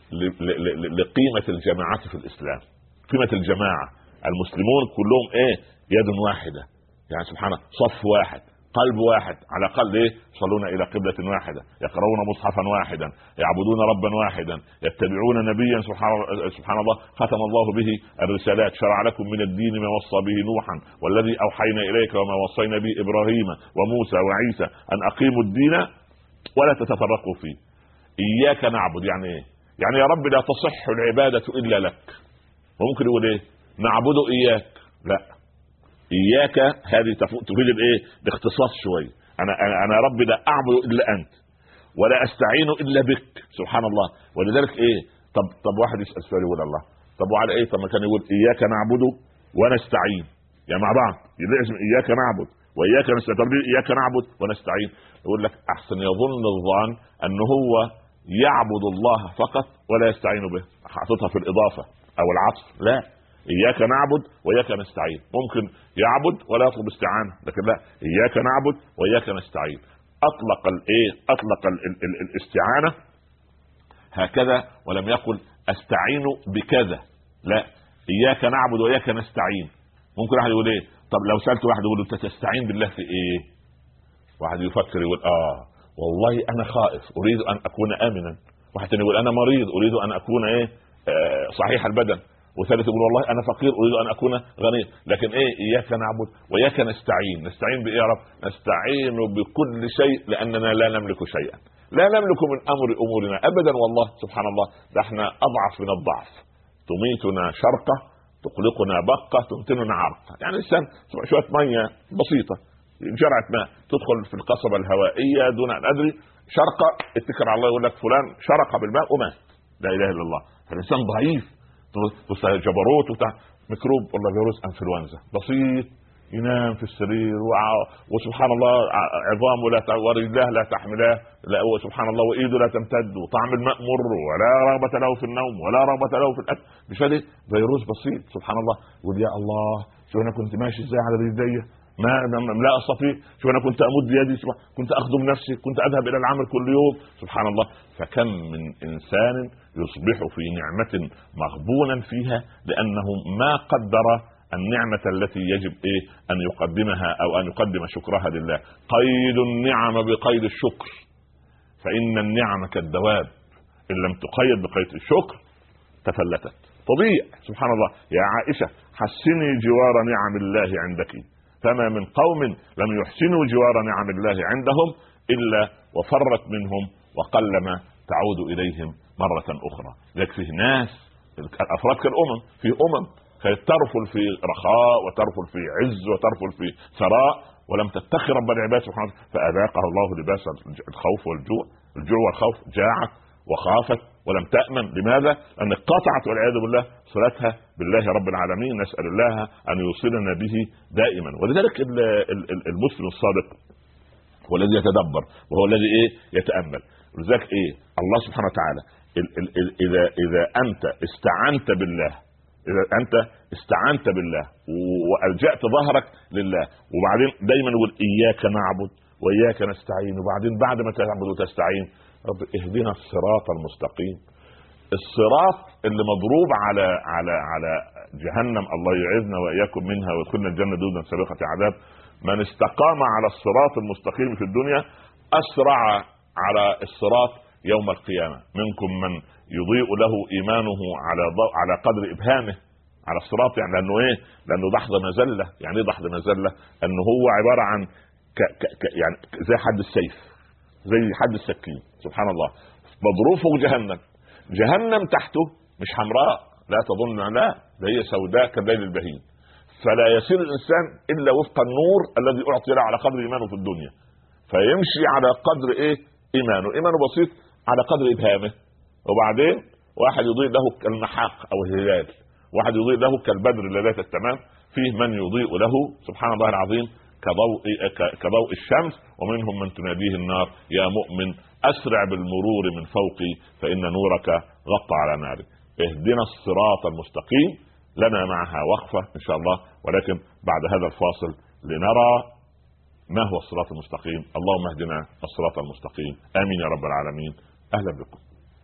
لقيمة الجماعات في الإسلام. قيمة الجماعة، المسلمون كلهم إيه؟ يد واحدة، يعني سبحانه صف واحد قلب واحد على قلب إيه؟ يصلون إلى قبلة واحدة، يقرؤون مصحفا واحدا، يعبدون ربا واحدا، يتبعون نبيا سبحان الله ختم الله به الرسالات، شرع لكم من الدين ما وصى به نوحا والذي أوحينا إليك وما وصينا به إبراهيم وموسى وعيسى أن أقيموا الدين ولا تتفرقوا فيه. إياك نعبد يعني إيه؟ يعني يا رب لا تصح العبادة إلا لك. وممكن يقول إيه؟ نعبد إياك، لا، إياك هذه تفيد الإيه؟ باختصاص شوي. أنا أنا أنا يا رب لا أعبد إلا أنت ولا أستعين إلا بك سبحان الله. ولذلك إيه؟ طب طب واحد يسأل سؤال يقول الله طب وعلى إيه؟ طب ما كان يقول إياك نعبد ونستعين، يعني مع بعض لازم إياك نعبد وإياك نستعين. طب إياك نعبد ونستعين يقول لك أحسن يظن الظان أن هو يعبد الله فقط ولا يستعين به، حاططها في الإضافة أو العطف. لا، إياك نعبد وإياك نستعين. ممكن يعبد ولا يطلب استعانة، لكن لا، إياك نعبد وإياك نستعين. أطلق الإيه؟ أطلق ال ال ال الاستعانة هكذا، ولم يقل استعين بكذا، لا، اياك نعبد واياك نستعين. ممكن واحد يقول ايه؟ طب لو سالت واحد يقول انت تستعين بالله في ايه؟ واحد يفكر يقول اه والله انا خائف اريد ان اكون امنا، واحد يقول انا مريض اريد ان اكون ايه آه صحيح البدن، وثالث يقول والله انا فقير اريد ان اكون غني. لكن ايه؟ اياك نعبد واياك نستعين. نستعين بايه يا رب؟ نستعين بكل شيء لاننا لا نملك شيئا، لا نملك من امر امورنا ابدا. والله سبحان الله، ده احنا اضعف من الضعف. تميتنا شرقه تقلقنا بقه تمتننا عرقه. يعني الانسان شويه ميه بسيطه، جرعه ماء تدخل في القصبه الهوائيه دون ان ادري، شرقه اتكر على الله يقول لك فلان شرق بالماء ومات، لا اله الا الله. فالانسان ضعيف، جبروت وبتاع، ميكروب ولا فيروس انفلونزا بسيط ينام في السرير وسبحان الله عظامه لا ورجلاه لا تحملاه، لا سبحان الله وايده لا تمتد، وطعم الماء مر ولا رغبه له في النوم ولا رغبه له في الاكل، مش هذا فيروس بسيط سبحان الله. يقول يا الله شو انا كنت ماشي ازاي على رجلي، ما لا استطيع، شو انا كنت امد يدي، كنت اخدم نفسي، كنت اذهب الى العمل كل يوم سبحان الله. فكم من انسان يصبح في نعمه مغبونا فيها لانه ما قدر النعمة التي يجب ايه ان يقدمها او ان يقدم شكرها لله. قيد النعم بقيد الشكر، فان النعم كالدواب ان لم تقيد بقيد الشكر تفلتت تضيع سبحان الله. يا عائشة حسني جوار نعم الله عندك، فما من قوم لم يحسنوا جوار نعم الله عندهم الا وفرت منهم وقلما تعود اليهم مرة اخرى. لك فيه ناس الافراد كالامم، في امم ترفل في رخاء وترفل في عز وترفل في ثراء ولم تتخذ رب العباد سبحانه، فأذاقها الله لباس الخوف والجوع، الجوع والخوف، جاعت وخافت ولم تأمن. لماذا؟ لأن قطعت والعياذ بالله صلتها بالله رب العالمين. نسأل الله أن يوصلنا به دائما. ولذلك المسلم الصادق هو الذي يتدبر وهو الذي ايه يتأمل. ولذلك ايه الله سبحانه وتعالى إذا إذا أنت استعنت بالله، إذا أنت استعنت بالله وألجأت ظهرك لله، وبعدين دايما نقول إياك نعبد وإياك نستعين، وبعدين بعد ما تعبد وتستعين رب اهدنا الصراط المستقيم. الصراط اللي مضروب على على على جهنم، الله يعيذنا وإياكم منها ويدخلنا الجنة دون سابقة عذاب. من استقام على الصراط المستقيم في الدنيا أسرع على الصراط يوم القيامة. منكم من يضيء له إيمانه على على قدر إبهامه على الصراط، يعني لأنه إيه؟ لأنه ضحض مزلة. يعني إيه ضحض مزلة؟ أنه هو عبارة عن ك ك ك يعني زي حد السيف، زي حد السكين سبحان الله، مضروب فوق جهنم. جهنم تحته مش حمراء، لا تظن، لا ده هي سوداء كالليل البهيم. فلا يسير الإنسان إلا وفق النور الذي أعطي له على قدر إيمانه في الدنيا، فيمشي على قدر إيه إيمانه، إيمانه بسيط على قدر إبهامه. وبعدين واحد يضيء له كالمحاق أو الهلال، واحد يضيء له كالبدر ليلة التمام. فيه من يضيء له سبحان الله العظيم كضوء كضوء الشمس، ومنهم من تناديه النار يا مؤمن أسرع بالمرور من فوقي فإن نورك غطى على ناري. اهدنا الصراط المستقيم، لنا معها وقفة إن شاء الله، ولكن بعد هذا الفاصل لنرى ما هو الصراط المستقيم. اللهم اهدنا الصراط المستقيم، آمين يا رب العالمين. أهلا بكم،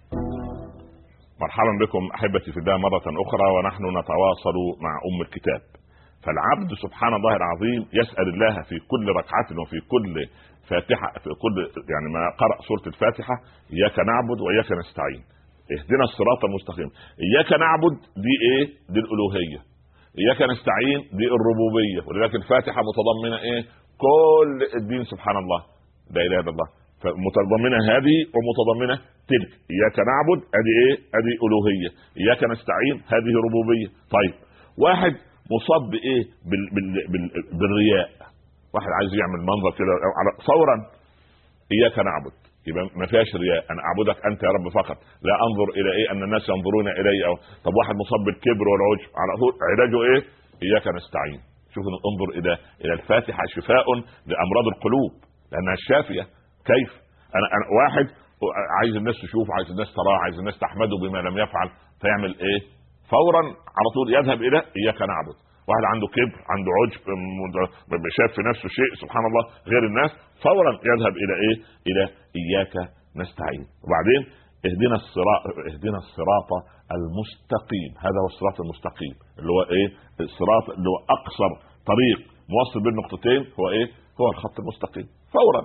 مرحبا بكم أحبتي في الله مرة أخرى، ونحن نتواصل مع أم الكتاب. فالعبد سبحان الله العظيم يسأل الله في كل ركعة وفي كل فاتحة، في كل يعني ما قرأ سورة الفاتحة إياك نعبد وإياك نستعين، اهدنا الصراط المستقيم. إياك نعبد دي إيه؟ دي الألوهية. إياك نستعين دي الربوبية. ولذلك الفاتحة متضمنة إيه؟ كل الدين سبحان الله، لا إله إلا الله. فمتضمنة هذه ومتضمنة تلك. إياك نعبد أدي إيه؟ أدي ألوهية. إياك نستعين هذه ربوبية. طيب واحد مصاب بإيه؟ بال بال بال بالرياء، واحد عايز يعمل منظر كده على فورا إياك نعبد، يبقى ما فيهاش رياء، أنا أعبدك أنت يا رب فقط، لا أنظر إلى إيه أن الناس ينظرون إلي. أو طب واحد مصاب بالكبر والعجب، على طول علاجه إيه؟ إياك نستعين. شوفوا انظر إلى إلى الفاتحة شفاء لأمراض القلوب لأنها الشافية. كيف أنا, أنا واحد عايز الناس تشوف، عايز الناس تراه، عايز الناس تحمده بما لم يفعل، فيعمل إيه؟ فورا على طول يذهب إلى إياك نعبد. واحد عنده كبر، عنده عجب، شاف في نفسه شيء سبحان الله غير الناس، فورا يذهب إلى إيه؟ إلى إياك نستعين. وبعدين اهدنا الصراط اهدنا الصراط المستقيم. هذا هو الصراط المستقيم اللي هو ايه؟ الصراط اللي هو اقصر طريق موصل بين نقطتين هو ايه؟ هو الخط المستقيم فورا.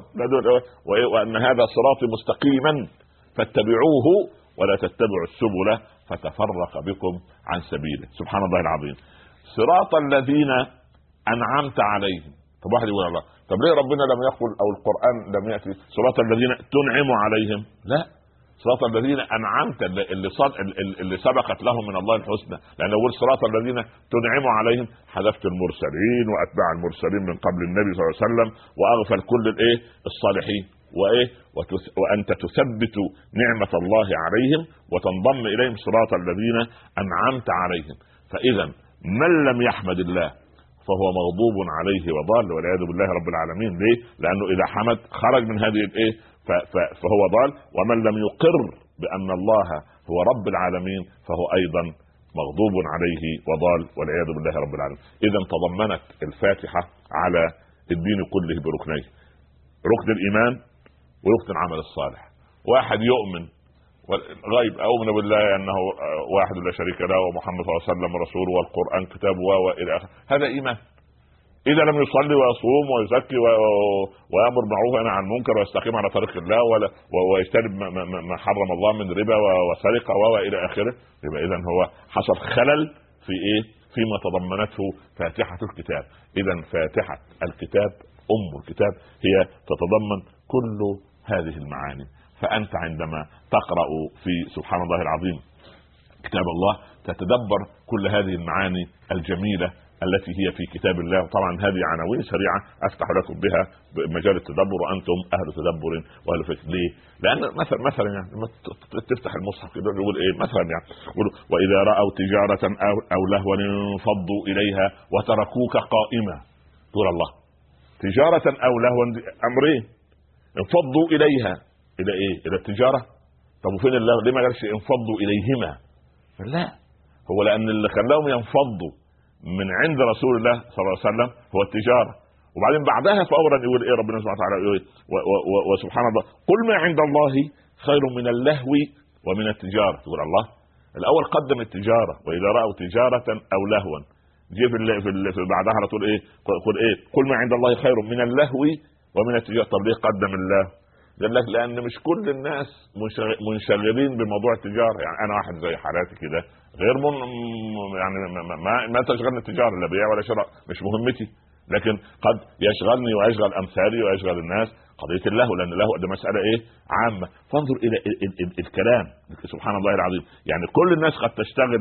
وان هذا صراطي مستقيما فاتبعوه ولا تتبعوا السبل فتفرق بكم عن سبيله. سبحان الله العظيم. صراط الذين انعمت عليهم. طب واحد يقول الله طب ليه ربنا لم يقل او القرآن لم يأتي صراط الذين تنعم عليهم؟ لا، صراط الذين انعمت اللي صد اللي سبقت لهم من الله الحسنى. لان اول صراط الذين تنعم عليهم حذفت المرسلين واتباع المرسلين من قبل النبي صلى الله عليه وسلم واغفل كل الايه الصالحين وايه وانت تثبت نعمة الله عليهم وتنضم اليهم صراط الذين انعمت عليهم. فاذا من لم يحمد الله فهو مغضوب عليه وضال والعياذ بالله رب العالمين. ليه؟ لانه اذا حمد خرج من هذه الايه فهو ضال، ومن لم يقر بان الله هو رب العالمين فهو ايضا مغضوب عليه وضال والعياذ بالله رب العالمين. اذا تضمنت الفاتحة على الدين كله بركنين: ركن الايمان وركن العمل الصالح. واحد يؤمن غيب أؤمن بالله أنه واحد لا شريك له ومحمد صلى الله عليه وسلم رسوله والقرآن كتابه وإلى آخره، هذا إيمان. إذا لم يصلي ويصوم ويزكي ويأمر بالمعروف وينهى عن المنكر ويستقيم على طريق الله ولا ويجتنب ما حرم الله من ربا وسرقة وإلى آخره، يبقى إذا هو حصل خلل في إيه؟ فيما تضمنته فاتحة الكتاب. إذا فاتحة الكتاب أم الكتاب هي تتضمن كل هذه المعاني. فأنت عندما تقرأ في سبحان الله العظيم كتاب الله تتدبر كل هذه المعاني الجميلة التي هي في كتاب الله. وطبعا هذه عناوين سريعة أفتح لكم بها مجال التدبر وأنتم أهل تدبر وأهل فكر. ليه؟ لأن مثلا مثلا يعني لما تفتح المصحف كده يقول إيه مثلا يعني يقول وإذا رأوا تجارة أو, أو لهوا انفضوا إليها وتركوك قائمة. تقول الله تجارة أو لهوا أمرين، انفضوا إليها الى ايه؟ الى التجاره. طب وفين الله؟ ليه ما قالش انفضوا اليهما؟ لا، هو لان اللي خلاهم ينفضوا من عند رسول الله صلى الله عليه وسلم هو التجاره. وبعدين بعدها فورا يقول ايه ربنا سبحانه وتعالى يقول وسبحان الله قل ما عند الله خير من اللهو ومن التجاره. تقول الله الاول قدم التجاره واذا راوا تجاره او لهوا جه في, في, في بعدها على طول ايه؟ قل ايه؟ قل ما عند الله خير من اللهو ومن التجاره. طب ليه قدم الله؟ قال لك لان مش كل الناس منشغلين بموضوع التجاره. يعني انا واحد زي حالاتي كده غير من يعني ما ما تشغلني التجاره لا بيع ولا شراء، مش مهمتي. لكن قد يشغلني ويشغل امثالي ويشغل الناس قضيه اللهو، لان اللهو ده مساله ايه؟ عامه. فانظر الى ال ال الكلام سبحان الله العظيم. يعني كل الناس قد تشتغل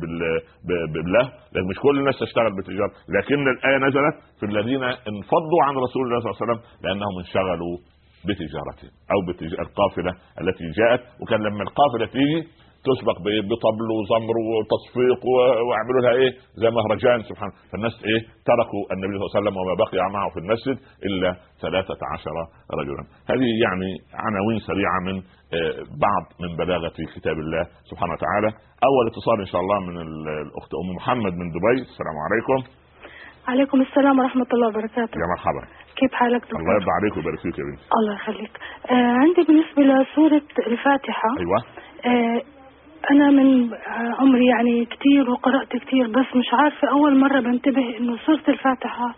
بالله لكن مش كل الناس تشتغل بالتجاره. لكن الايه نزلت في الذين انفضوا عن رسول الله صلى الله عليه وسلم لانهم انشغلوا بتجارته او بالقافله التي جاءت. وكان لما القافله تيجي تسبق بطبل وزمر وتصفيق ويعملوا لها ايه؟ زي مهرجان سبحان. فالناس ايه؟ تركوا النبي صلى الله عليه وسلم وما بقي معه في المسجد الا ثلاثة عشر رجلا. هذه يعني عناوين سريعه من بعض من بلاغه كتاب الله سبحانه وتعالى. اول اتصال ان شاء الله من الاخت ام محمد من دبي. السلام عليكم. عليكم السلام ورحمه الله وبركاته. يا مرحبا. كيف حالك دكتور؟ الله يرضى عليك ويبارك فيك يا بنتي. الله يخليك. آه عندي بالنسبه لسوره الفاتحه. ايوه. آه انا من عمري يعني كثير وقرات كثير بس مش عارفه اول مره بنتبه انه سوره الفاتحه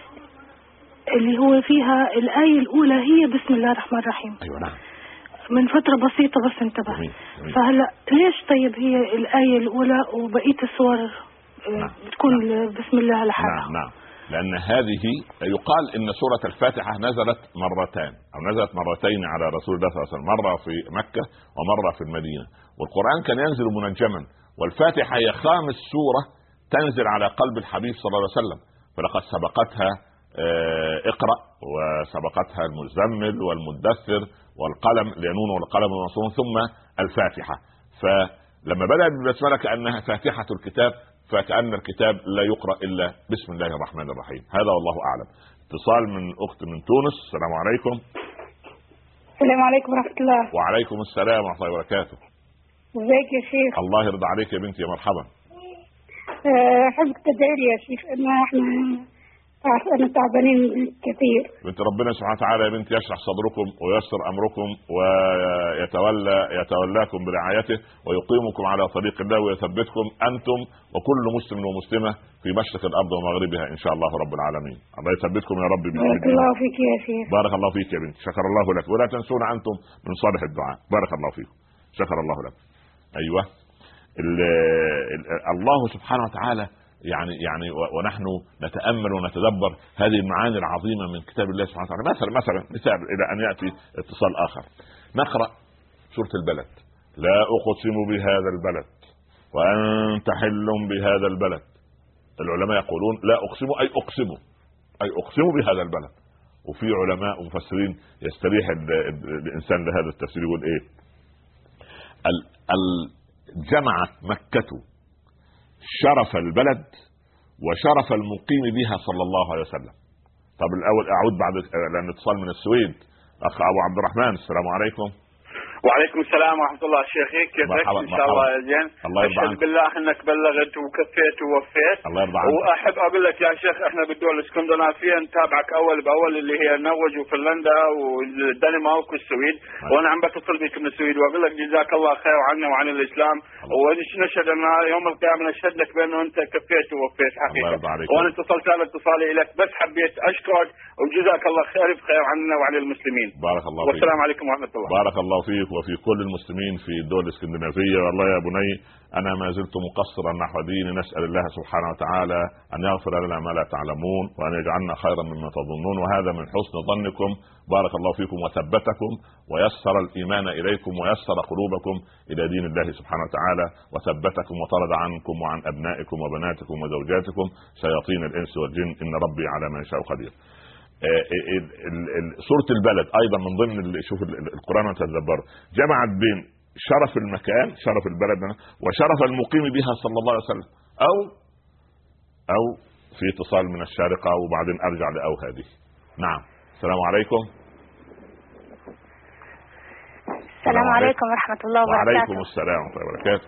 اللي هو فيها الايه الاولى هي بسم الله الرحمن الرحيم. ايوه نعم. من فتره بسيطه بس انتبهت. فهلا ليش طيب هي الايه الاولى وبقيه السور نعم. بتكون نعم. بسم الله لحالها؟ نعم نعم. لأن هذه يقال إن سورة الفاتحة نزلت مرتين أو نزلت مرتين على رسول الله صلى الله عليه وسلم، مرة في مكة ومرة في المدينة. والقرآن كان ينزل منجما، والفاتحة هي خامس سورة تنزل على قلب الحبيب صلى الله عليه وسلم. فلقد سبقتها اقرأ وسبقتها المزمل والمدثر والقلم لينون والقلم والمسطور ثم الفاتحة. فلما بدأت بالبسملة كأنها فاتحة الكتاب، فكأن الكتاب لا يقرأ إلا بسم الله الرحمن الرحيم. هذا والله أعلم. اتصال من أخت من تونس. السلام عليكم. السلام عليكم ورحمة الله. وعليكم السلام ورحمة الله وبركاته. ازيك يا شيخ؟ الله يرضى عليك يا بنتي. يا مرحبا. أحبك تدعي لي يا شيخ، إن احنا أنا تعبانين كثير. بنت ربنا سبحانه وتعالى يا بنت يشرح صدركم وييسر امركم ويتولى يتولاكم برعايته ويقيمكم على طريق الله ويثبتكم انتم وكل مسلم ومسلمه في مشرق الارض ومغربها ان شاء الله رب العالمين. الله يثبتكم يا رب. بارك الله فيك يا شيخ. بارك الله فيك يا بنت، شكر الله لك، ولا تنسونا انتم من صالح الدعاء. بارك الله فيكم، شكر الله لك. ايوه ال ال الله سبحانه وتعالى يعني يعني ونحن نتامل ونتدبر هذه المعاني العظيمه من كتاب الله سبحانه وتعالى. مثلا مثلا مثال الى ان ياتي اتصال اخر، نقرا سوره البلد: لا اقسم بهذا البلد وانت حل بهذا البلد. العلماء يقولون لا اقسم اي اقسم اي اقسم بهذا البلد. وفي علماء ومفسرين يستريح الانسان لهذا التفسير يقول ايه؟ جمعت مكة شرف البلد وشرف المقيم بها صلى الله عليه وسلم. طب الاول اعود بعد لان اتصال من السويد. اخ ابو عبد الرحمن، السلام عليكم. وعليكم السلام ورحمة الله. شيخي كيفك؟ ان شاء الله زين. اشهد بالله انك بلغت وكفيت ووفيت. الله يرضى عنك. واحب اقول لك يا شيخ احنا بالدول الاسكندنافيه نتابعك اول باول اللي هي النرويج وفنلندا والدنمارك والسويد، وانا عم بتصل بك من السويد واقول لك جزاك الله خير عنا وعن الاسلام، ونشهد ان يوم القيامه نشهد لك بانه انت كفيت ووفيت حقيقه. وانا اتصلت على اتصالي اليك بس حبيت اشكرك وجزاك الله خير بخير عنا وعن المسلمين. بارك الله فيك. والسلام عليكم ورحمه الله. بارك الله فيك وفي كل المسلمين في الدول الاسكندنافيه. والله يا بني انا ما زلت مقصرا نحو ديني، نسال الله سبحانه وتعالى ان يغفر لنا ما لا تعلمون وان يجعلنا خيرا مما تظنون، وهذا من حسن ظنكم. بارك الله فيكم وثبتكم ويسر الايمان اليكم ويسر قلوبكم الى دين الله سبحانه وتعالى وثبتكم وطرد عنكم وعن ابنائكم وبناتكم وزوجاتكم شياطين الانس والجن، ان ربي على ما يشاء قدير. سورة البلد ايضا من ضمن شوف القرآن تدبر جمعت بين شرف المكان شرف البلد وشرف المقيم بها صلى الله عليه وسلم. او او في اتصال من الشارقة وبعدين ارجع لاو هذه. نعم السلام عليكم. السلام عليكم ورحمة الله وبركاته. وعليكم السلام ورحمة الله وبركاته.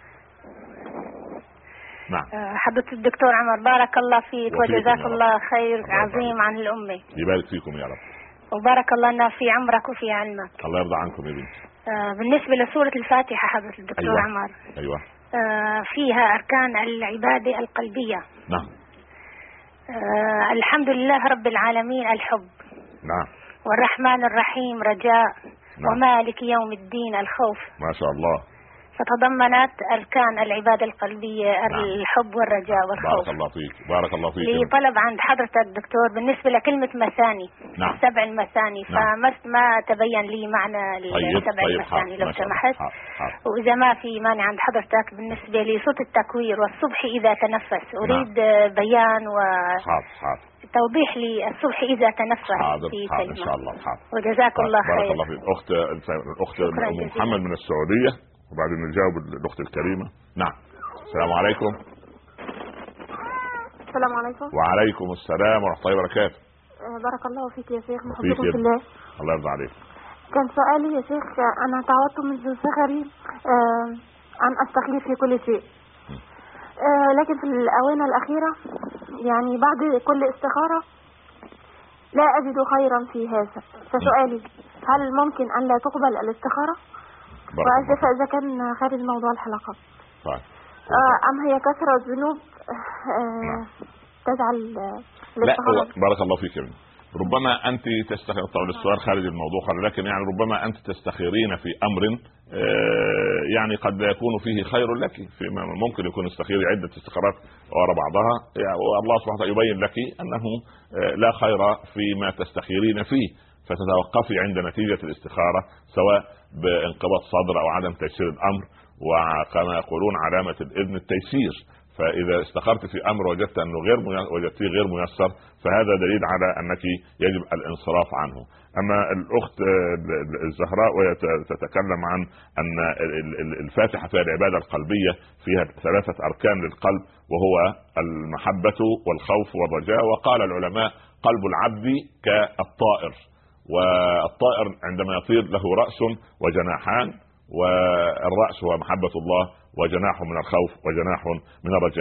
نعم حضرة الدكتور عمر، بارك الله فيك وجزاك الله خير عظيم عن الأمة. يبارك فيكم يا رب. وبارك الله لنا في عمرك وفي علمك. الله يرضى عنكم يا بنتي. آه بالنسبة لسورة الفاتحة حضرة الدكتور أيوة. عمر أيوة. آه فيها أركان العبادة القلبية. نعم. آه الحمد لله رب العالمين الحب. نعم. والرحمن الرحيم رجاء. نعم. ومالك يوم الدين الخوف. ما شاء الله. فتضمنت أركان العبادة القلبية. نعم. الحب والرجاء والخوف. بارك الله فيك. بارك الله فيك. لي طلب عند حضرتك الدكتور بالنسبة لكلمة مثاني. نعم. سبع المثاني. نعم. فما ما تبين لي معنى السبع طيب المثاني لو سمحت. حاضر. حاضر. وإذا ما في مانع عند حضرتك بالنسبة لصوت التكوير والصبح إذا تنفس أريد نعم. بيان و حاضر. حاضر. توضيح لي الصبح إذا تنفس. حاضر. في حاضر. كلمة. إن شاء الله. حاضر. وجزاك الله خير. بارك الله فيك. أخت الأخت محمد من السعودية وبعدين نجاوب الاخت الكريمه. نعم السلام عليكم. السلام عليكم. وعليكم السلام ورحمه الله وبركاته. بارك الله فيك يا شيخ، محبكم في الله. الله يرضى عليك. كان سؤالي يا شيخ، انا تعودت منذ صغري ان استخير في كل شيء، لكن في الاونه الاخيره يعني بعد كل استخاره لا اجد خيرا في هذا، فسؤالي هل ممكن ان لا تقبل الاستخاره؟ وأسف إذا كان خارج موضوع الحلقة. طيب. أم هي كثرة الذنوب تجعل لا هو بارك الله فيك يا بني. ربما أنت تستخير طبعا السؤال خارج الموضوع، لكن يعني ربما أنت تستخيرين في أمر يعني قد يكون فيه خير لك، في ممكن يكون استخيري عدة استخارات وراء بعضها يعني والله سبحانه وتعالى يبين لك أنه لا خير فيما تستخيرين فيه، فتتوقفي عند نتيجة الاستخارة سواء بانقباض صدر او عدم تيسير الامر، وكما يقولون علامة الاذن التيسير. فاذا استخرت في امر وجدت انه غير وجدتيه غير ميسر فهذا دليل على انك يجب الانصراف عنه. اما الاخت الزهراء وهي تتكلم عن ان الفاتحة فيها العبادة القلبية فيها ثلاثة اركان للقلب وهو المحبة والخوف والرجاء، وقال العلماء قلب العبد كالطائر، والطائر عندما يطير له رأس وجناحان، والرأس هو محبة الله وجناح من الخوف وجناح من الرجاء.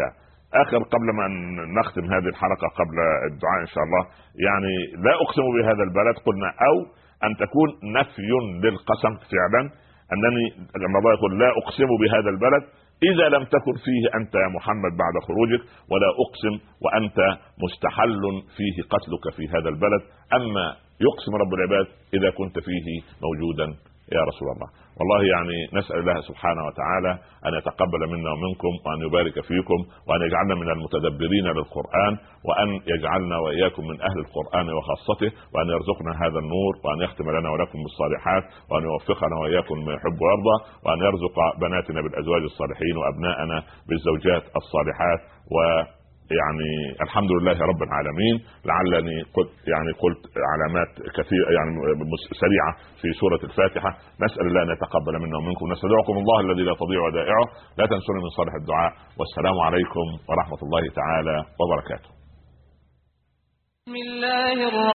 اخر قبل ما نختم هذه الحلقه قبل الدعاء ان شاء الله، يعني لا اقسم بهذا البلد قلنا، او ان تكون نفي للقسم فعلا، انني لما الله يقول لا اقسم بهذا البلد اذا لم تكن فيه انت يا محمد بعد خروجك، ولا اقسم وانت مستحل فيه قتلك في هذا البلد، اما يقسم رب العباد اذا كنت فيه موجودا يا رسول الله. والله يعني نسأل الله سبحانه وتعالى أن يتقبل منا ومنكم، وأن يبارك فيكم، وأن يجعلنا من المتدبرين للقرآن، وأن يجعلنا وإياكم من أهل القرآن وخاصته، وأن يرزقنا هذا النور، وأن يختم لنا ولكم بالصالحات، وأن يوفقنا وإياكم ما يحب ويرضى، وأن يرزق بناتنا بالأزواج الصالحين وأبناءنا بالزوجات الصالحات. و يعني الحمد لله رب العالمين. لعلني قلت يعني قلت علامات كثيرة يعني سريعة في سورة الفاتحة. نسأل الله أن يتقبل منا ومنكم. نستودعكم الله الذي لا تضيع ودائعه. لا تنسون من صالح الدعاء. والسلام عليكم ورحمة الله تعالى وبركاته. بسم الله الرحمن